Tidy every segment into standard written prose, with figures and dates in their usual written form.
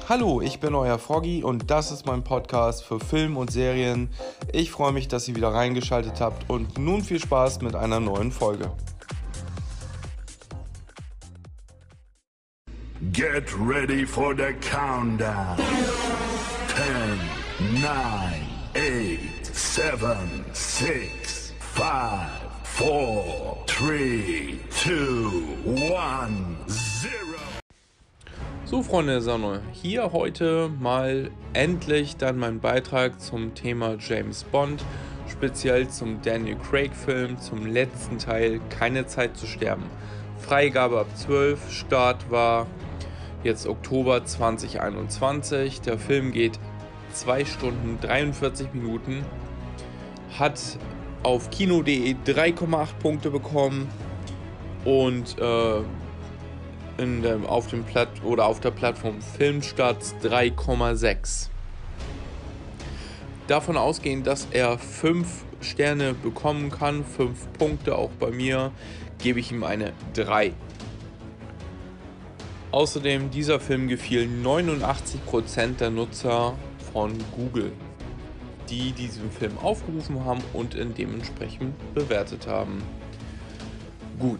Hallo, ich bin euer Froggy und das ist mein Podcast für Film und Serien. Ich freue mich, dass ihr wieder reingeschaltet habt und nun viel Spaß mit einer neuen Folge. Get ready for the countdown. 10, 9, 8, 7, 6, 5, 4, 3, 2, 1, 0. So, Freunde der Sonne, hier heute mal endlich dann mein Beitrag zum Thema James Bond, speziell zum Daniel Craig Film, zum letzten Teil Keine Zeit zu sterben. Freigabe ab 12, Start war jetzt Oktober 2021, der Film geht 2 Stunden 43 Minuten, hat auf kino.de 3,8 Punkte bekommen und auf der Plattform Filmstarts 3,6. Davon ausgehend, dass er 5 Sterne bekommen kann, 5 Punkte auch bei mir, gebe ich ihm eine 3. Außerdem, dieser Film gefiel 89% der Nutzer von Google, die diesen Film aufgerufen haben und ihn dementsprechend bewertet haben. Gut.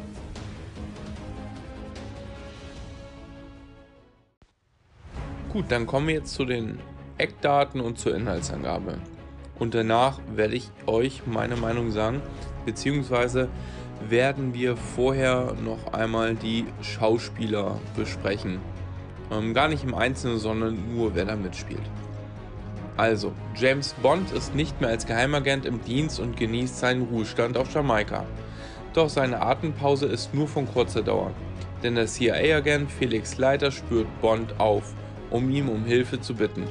Gut, dann kommen wir jetzt zu den Eckdaten und zur Inhaltsangabe. Und danach werde ich euch meine Meinung sagen, beziehungsweise werden wir vorher noch einmal die Schauspieler besprechen. Gar nicht im Einzelnen, sondern nur, wer da mitspielt. Also, James Bond ist nicht mehr als Geheimagent im Dienst und genießt seinen Ruhestand auf Jamaika. Doch seine Atempause ist nur von kurzer Dauer, denn der CIA-Agent Felix Leiter spürt Bond auf, um ihn um Hilfe zu bitten.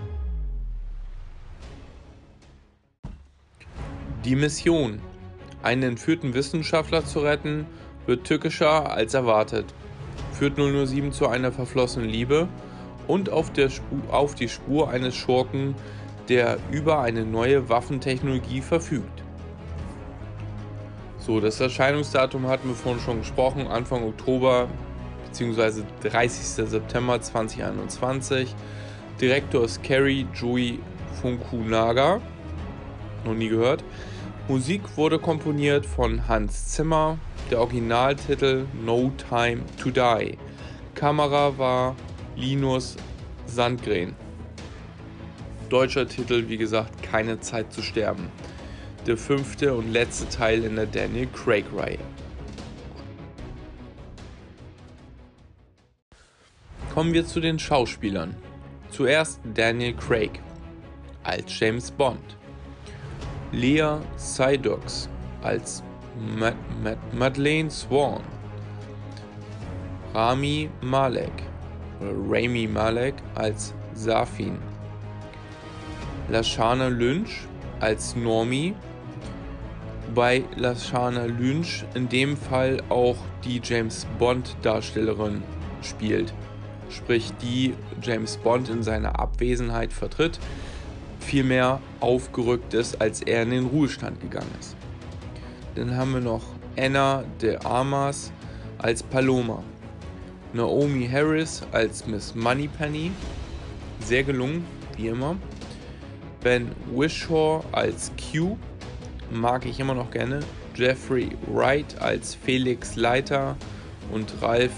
Die Mission, einen entführten Wissenschaftler zu retten, wird tückischer als erwartet, führt 007 zu einer verflossenen Liebe und auf die Spur eines Schurken, der über eine neue Waffentechnologie verfügt. So, das Erscheinungsdatum hatten wir vorhin schon gesprochen, Anfang Oktober bzw. 30. September 2021. Direktor ist Cary-Joji Fukunaga, noch nie gehört. Musik wurde komponiert von Hans Zimmer, der Originaltitel No Time to Die. Kamera war Linus Sandgren. Deutscher Titel, wie gesagt, Keine Zeit zu sterben. Der 5. und letzte Teil in der Daniel Craig-Reihe. Kommen wir zu den Schauspielern. Zuerst Daniel Craig als James Bond. Lea Seydoux als Madeleine Swann. Rami Malek als Safin. Lashana Lynch als Normie. Bei Lashana Lynch in dem Fall auch die James Bond Darstellerin spielt, sprich die James Bond in seiner Abwesenheit vertritt, vielmehr aufgerückt ist, als er in den Ruhestand gegangen ist. Dann haben wir noch Anna de Armas als Paloma, Naomi Harris als Miss Moneypenny, sehr gelungen, wie immer, Ben Whishaw als Q, mag ich immer noch gerne, Jeffrey Wright als Felix Leiter und Ralph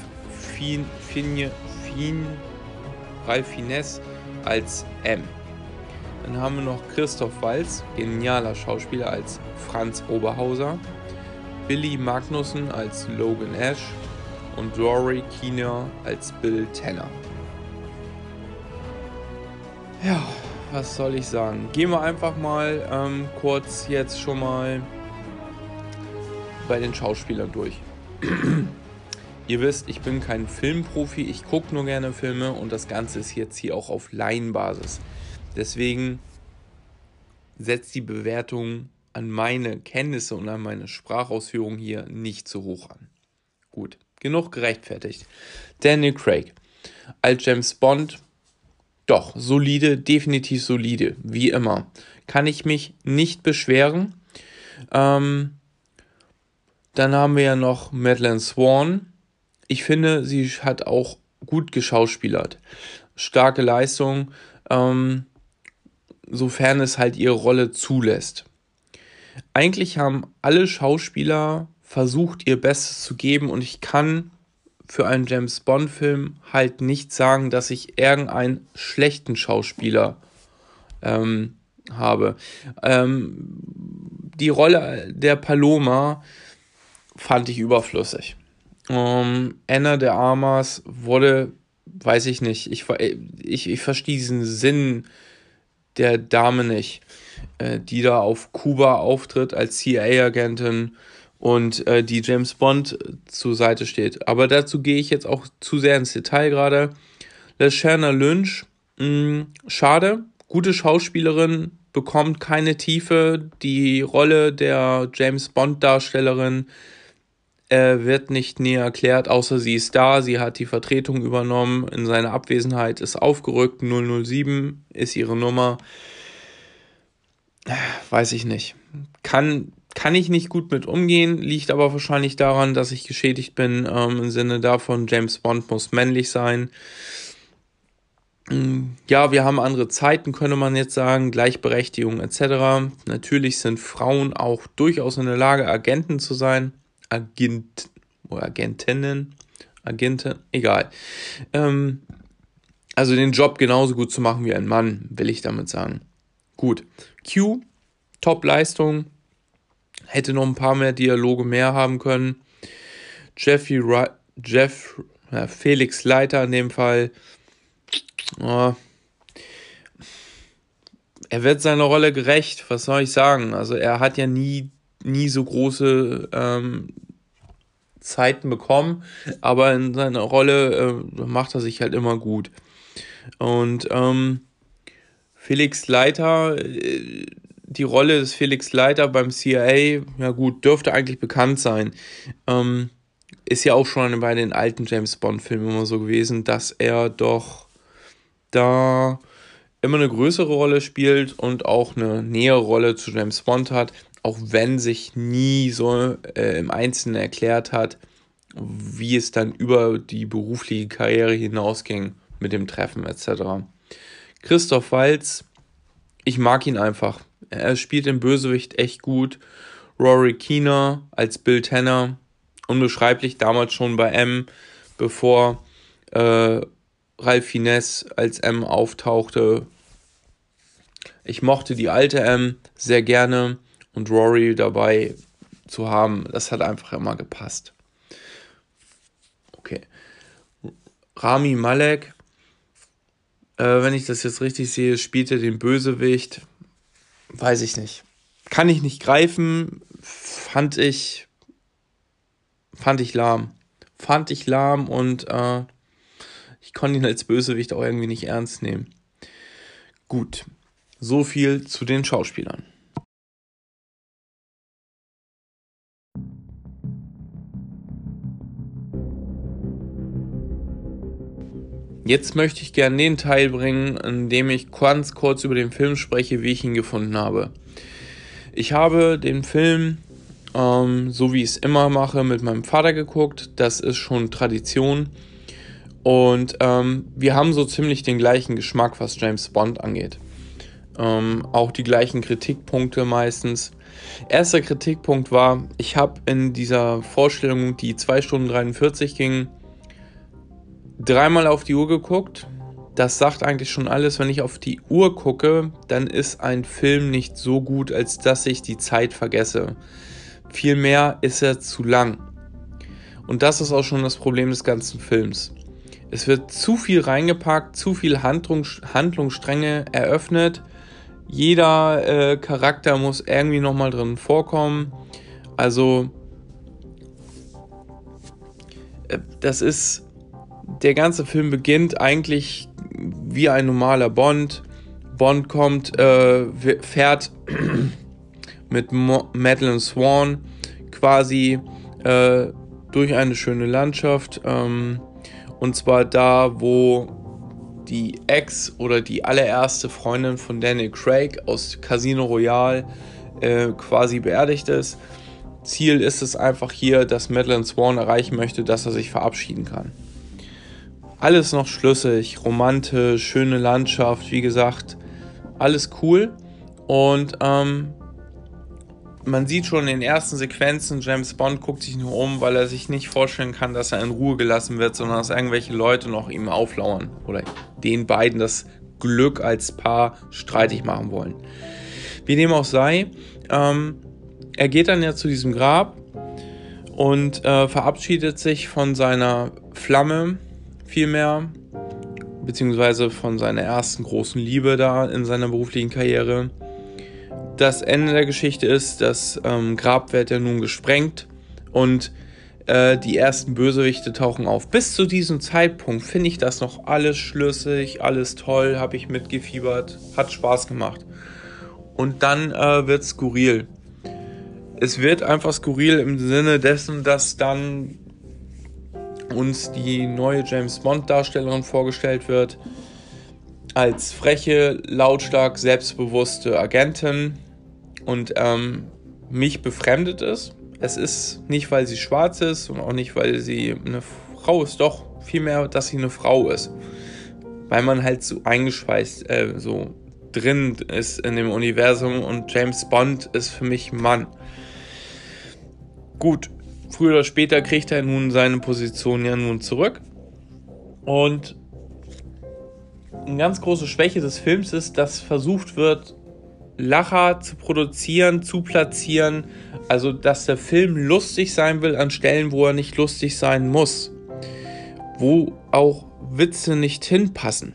Fiennes als M. Dann haben wir noch Christoph Waltz, genialer Schauspieler, als Franz Oberhauser, Billy Magnussen als Logan Ash und Rory Kinnear als Bill Tanner. Ja, was soll ich sagen? Gehen wir einfach mal kurz jetzt schon mal bei den Schauspielern durch. Ihr wisst, ich bin kein Filmprofi, ich gucke nur gerne Filme und das Ganze ist jetzt hier auch auf Laienbasis. Deswegen setzt die Bewertung an meine Kenntnisse und an meine Sprachausführung hier nicht so hoch an. Gut, genug gerechtfertigt. Daniel Craig als James Bond, doch, solide, definitiv solide, wie immer. Kann ich mich nicht beschweren. Dann haben wir ja noch Madeleine Swann. Ich finde, sie hat auch gut geschauspielert. starke Leistung, sofern es halt ihre Rolle zulässt. Eigentlich haben alle Schauspieler versucht, ihr Bestes zu geben, und ich kann für einen James-Bond-Film halt nicht sagen, dass ich irgendeinen schlechten Schauspieler habe. Die Rolle der Paloma fand ich überflüssig. Ana de Armas wurde, weiß ich nicht, ich verstehe diesen Sinn der Dame nicht, die da auf Kuba auftritt als CIA-Agentin und die James Bond zur Seite steht. Aber dazu gehe ich jetzt auch zu sehr ins Detail gerade. Lashana Lynch, schade, gute Schauspielerin, bekommt keine Tiefe. Die Rolle der James Bond-Darstellerin wird nicht näher erklärt, außer sie ist da, sie hat die Vertretung übernommen, in seiner Abwesenheit ist aufgerückt, 007 ist ihre Nummer. Weiß ich nicht. Kann ich nicht gut mit umgehen, liegt aber wahrscheinlich daran, dass ich geschädigt bin, im Sinne davon, James Bond muss männlich sein. Ja, wir haben andere Zeiten, könnte man jetzt sagen, Gleichberechtigung etc. Natürlich sind Frauen auch durchaus in der Lage, Agenten zu sein. Agentinnen, egal. Also den Job genauso gut zu machen wie ein Mann, will ich damit sagen. Gut. Q, Top-Leistung, hätte noch ein paar mehr Dialoge mehr haben können. Felix Leiter in dem Fall, er wird seiner Rolle gerecht, was soll ich sagen? Also er hat ja nie so große Zeiten bekommen, aber in seiner Rolle macht er sich halt immer gut. Und Felix Leiter, die Rolle des Felix Leiter beim CIA, ja gut, dürfte eigentlich bekannt sein. Ist ja auch schon bei den alten James-Bond-Filmen immer so gewesen, dass er doch da immer eine größere Rolle spielt und auch eine nähere Rolle zu James Bond hat, auch wenn sich nie so im Einzelnen erklärt hat, wie es dann über die berufliche Karriere hinausging mit dem Treffen etc. Christoph Waltz, ich mag ihn einfach. Er spielt den Bösewicht echt gut. Rory Kinnear als Bill Tanner, unbeschreiblich, damals schon bei M, bevor Ralph Fiennes als M auftauchte. Ich mochte die alte M sehr gerne und Rory dabei zu haben, das hat einfach immer gepasst. Okay. Rami Malek, wenn ich das jetzt richtig sehe, spielte den Bösewicht. Weiß ich nicht. Kann ich nicht greifen. Fand ich lahm. Und ich konnte ihn als Bösewicht auch irgendwie nicht ernst nehmen. Gut. So viel zu den Schauspielern. Jetzt möchte ich gerne den Teil bringen, in dem ich ganz kurz über den Film spreche, wie ich ihn gefunden habe. Ich habe den Film, so wie ich es immer mache, mit meinem Vater geguckt. Das ist schon Tradition. Und wir haben so ziemlich den gleichen Geschmack, was James Bond angeht. Auch die gleichen Kritikpunkte meistens. Erster Kritikpunkt war, ich habe in dieser Vorstellung, die 2 Stunden 43 ging, 3-mal auf die Uhr geguckt. Das sagt eigentlich schon alles. Wenn ich auf die Uhr gucke, dann ist ein Film nicht so gut, als dass ich die Zeit vergesse. Vielmehr ist er zu lang. Und das ist auch schon das Problem des ganzen Films. Es wird zu viel reingepackt, zu viel Handlungsstränge eröffnet. Jeder Charakter muss irgendwie nochmal drin vorkommen. Also, der ganze Film beginnt eigentlich wie ein normaler Bond. Bond fährt mit Madeleine Swan quasi durch eine schöne Landschaft. Und zwar da, wo die Ex oder die allererste Freundin von Daniel Craig aus Casino Royale quasi beerdigt ist. Ziel ist es einfach hier, dass Madeleine Swan erreichen möchte, dass er sich verabschieden kann. alles noch schlüssig, romantisch, schöne Landschaft, wie gesagt, alles cool. Und man sieht schon in den ersten Sequenzen, James Bond guckt sich nur um, weil er sich nicht vorstellen kann, dass er in Ruhe gelassen wird, sondern dass irgendwelche Leute noch ihm auflauern oder den beiden das Glück als Paar streitig machen wollen. Wie dem auch sei, er geht dann ja zu diesem Grab und verabschiedet sich von seiner Flamme vielmehr, beziehungsweise von seiner ersten großen Liebe da in seiner beruflichen Karriere. Das Ende der Geschichte ist, das Grab wird ja nun gesprengt und die ersten Bösewichte tauchen auf. Bis zu diesem Zeitpunkt finde ich das noch alles schlüssig, alles toll, habe ich mitgefiebert, hat Spaß gemacht. Und dann wird es skurril. Es wird einfach skurril im Sinne dessen, dass dann uns die neue James Bond Darstellerin vorgestellt wird als freche, lautstark, selbstbewusste Agentin und mich befremdet ist. Es ist nicht, weil sie schwarz ist und auch nicht, weil sie eine Frau ist, doch vielmehr, dass sie eine Frau ist. Weil man halt so eingeschweißt, so drin ist in dem Universum und James Bond ist für mich ein Mann. Gut, früher oder später kriegt er nun seine Position ja nun zurück. Und eine ganz große Schwäche des Films ist, dass versucht wird, Lacher zu produzieren, zu platzieren. Also, dass der Film lustig sein will an Stellen, wo er nicht lustig sein muss. Wo auch Witze nicht hinpassen.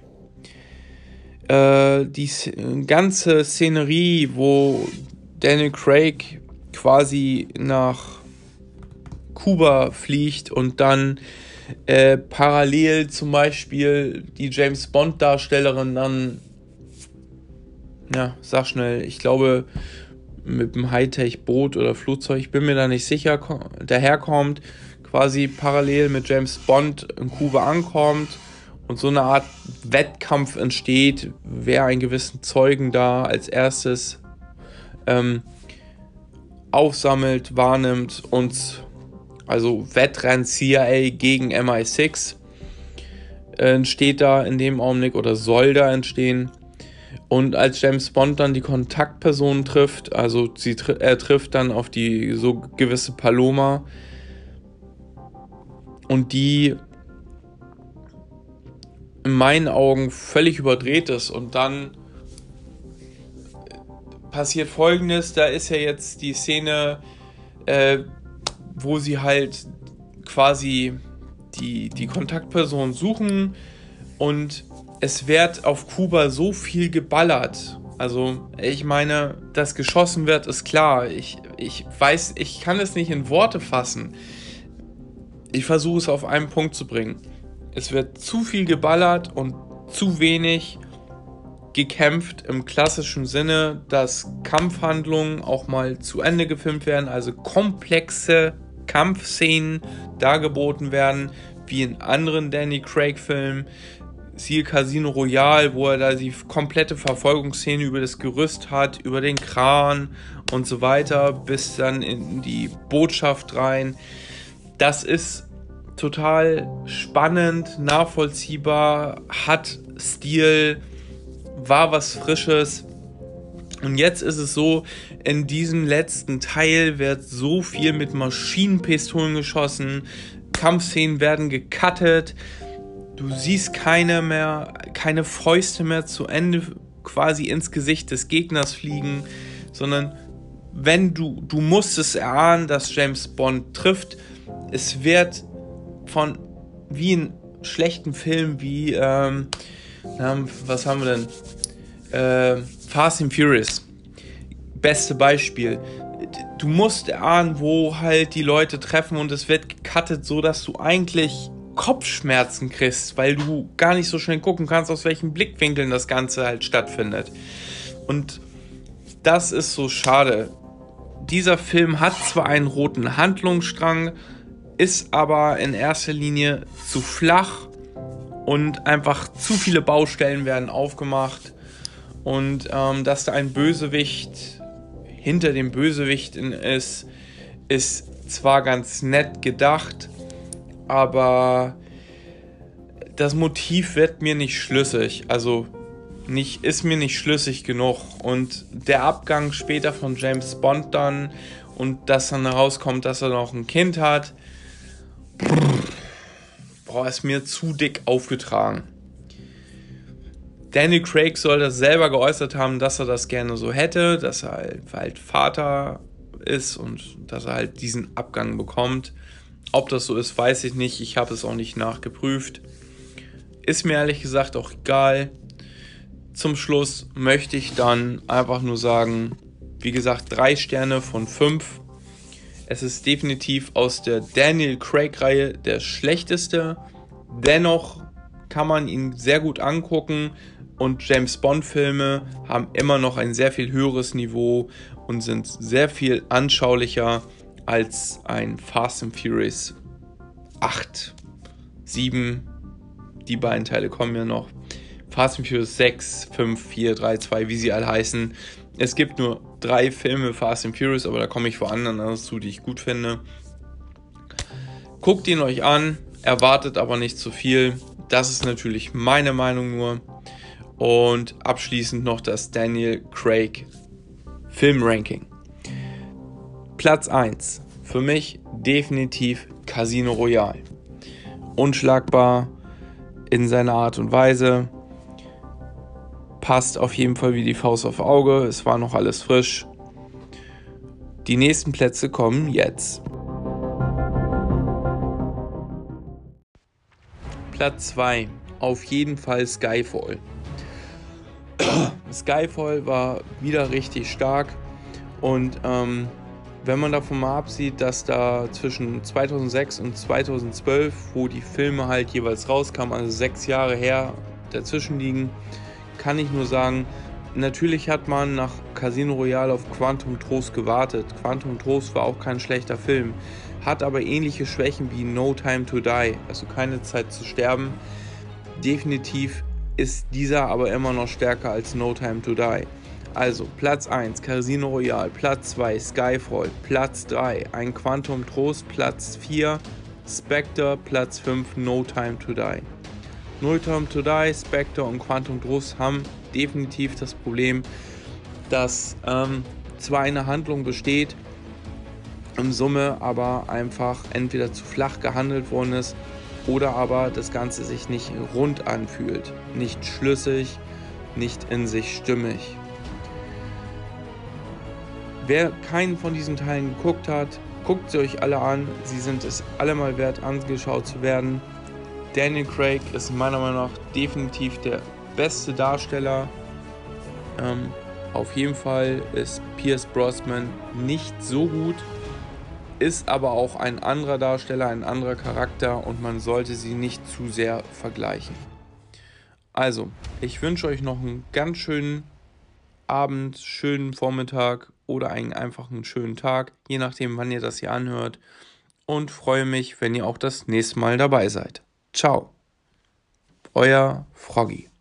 Die ganze Szenerie, wo Daniel Craig quasi nach Kuba fliegt und dann parallel zum Beispiel die James Bond Darstellerin dann, ja, sag schnell, ich glaube mit einem Hightech-Boot oder Flugzeug, ich bin mir da nicht sicher, daherkommt, quasi parallel mit James Bond in Kuba ankommt und so eine Art Wettkampf entsteht, wer einen gewissen Zeugen da als erstes aufsammelt, wahrnimmt und also Wettrennen CIA gegen MI6 entsteht da in dem Augenblick oder soll da entstehen. Und als James Bond dann die Kontaktperson trifft, also er trifft dann auf die so gewisse Paloma und die in meinen Augen völlig überdreht ist und dann passiert Folgendes, da ist ja jetzt die Szene, wo sie halt quasi die Kontaktperson suchen und es wird auf Kuba so viel geballert. Also ich meine, dass geschossen wird, ist klar. Ich weiß, ich kann es nicht in Worte fassen. Ich versuche es auf einen Punkt zu bringen. Es wird zu viel geballert und zu wenig gekämpft im klassischen Sinne, dass Kampfhandlungen auch mal zu Ende gefilmt werden, also komplexe Kampfszenen dargeboten werden, wie in anderen Danny Craig-Filmen, siehe Casino Royale, wo er da die komplette Verfolgungsszene über das Gerüst hat, über den Kran und so weiter, bis dann in die Botschaft rein. Das ist total spannend, nachvollziehbar, hat Stil, war was Frisches. Und jetzt ist es so, in diesem letzten Teil wird so viel mit Maschinenpistolen geschossen, Kampfszenen werden gecuttet, du siehst keine Fäuste mehr zu Ende quasi ins Gesicht des Gegners fliegen, sondern wenn du musst es erahnen, dass James Bond trifft. Es wird wie in schlechten Filmen wie, was haben wir denn? Fast and Furious. Beste Beispiel. Du musst erahnen, wo halt die Leute treffen und es wird gecuttet, so dass du eigentlich Kopfschmerzen kriegst, weil du gar nicht so schnell gucken kannst, aus welchen Blickwinkeln das Ganze halt stattfindet. Und das ist so schade. Dieser Film hat zwar einen roten Handlungsstrang, ist aber in erster Linie zu flach und einfach zu viele Baustellen werden aufgemacht und dass da ein Bösewicht hinter dem Bösewicht ist zwar ganz nett gedacht, aber das Motiv wird mir nicht schlüssig, also ist mir nicht schlüssig genug. Und der Abgang später von James Bond dann und dass dann herauskommt, dass er noch ein Kind hat, ist mir zu dick aufgetragen. Daniel Craig soll das selber geäußert haben, dass er das gerne so hätte, dass er halt Vater ist und dass er halt diesen Abgang bekommt. Ob das so ist, weiß ich nicht. Ich habe es auch nicht nachgeprüft. Ist mir ehrlich gesagt auch egal. Zum Schluss möchte ich dann einfach nur sagen, wie gesagt, 3 Sterne von 5. Es ist definitiv aus der Daniel Craig-Reihe der schlechteste. Dennoch kann man ihn sehr gut angucken und James Bond-Filme haben immer noch ein sehr viel höheres Niveau und sind sehr viel anschaulicher als ein Fast and Furious 8, 7, die beiden Teile kommen ja noch. Fast and Furious 6, 5, 4, 3, 2, wie sie alle heißen. Es gibt nur 3 Filme Fast and Furious, aber da komme ich vor anderen zu, die ich gut finde. Guckt ihn euch an, erwartet aber nicht zu viel. Das ist natürlich meine Meinung nur. Und abschließend noch das Daniel Craig Filmranking. Platz 1. Für mich definitiv Casino Royale. Unschlagbar in seiner Art und Weise. Passt auf jeden Fall wie die Faust aufs Auge. Es war noch alles frisch. Die nächsten Plätze kommen jetzt. Platz 2. Auf jeden Fall Skyfall. Skyfall war wieder richtig stark. Und wenn man davon mal absieht, dass da zwischen 2006 und 2012, wo die Filme halt jeweils rauskamen, also 6 Jahre her dazwischen liegen, kann ich nur sagen, natürlich hat man nach Casino Royale auf Quantum Trost gewartet. Quantum Trost war auch kein schlechter Film, hat aber ähnliche Schwächen wie No Time to Die, also keine Zeit zu sterben. Definitiv ist dieser aber immer noch stärker als No Time to Die. Also Platz 1 Casino Royale, Platz 2 Skyfall, Platz 3 ein Quantum Trost, Platz 4 Spectre, Platz 5 No Time to Die. No Time to Die, Spectre und Quantum Trost haben definitiv das Problem, dass zwar eine Handlung besteht, in Summe aber einfach entweder zu flach gehandelt worden ist oder aber das Ganze sich nicht rund anfühlt, nicht schlüssig, nicht in sich stimmig. Wer keinen von diesen Teilen geguckt hat, guckt sie euch alle an. Sie sind es alle mal wert, angeschaut zu werden. Daniel Craig ist meiner Meinung nach definitiv der beste Darsteller. Auf jeden Fall ist Pierce Brosnan nicht so gut, ist aber auch ein anderer Darsteller, ein anderer Charakter und man sollte sie nicht zu sehr vergleichen. Also, ich wünsche euch noch einen ganz schönen Abend, schönen Vormittag oder einfach einen schönen Tag, je nachdem, wann ihr das hier anhört. Und freue mich, wenn ihr auch das nächste Mal dabei seid. Ciao, euer Froggy.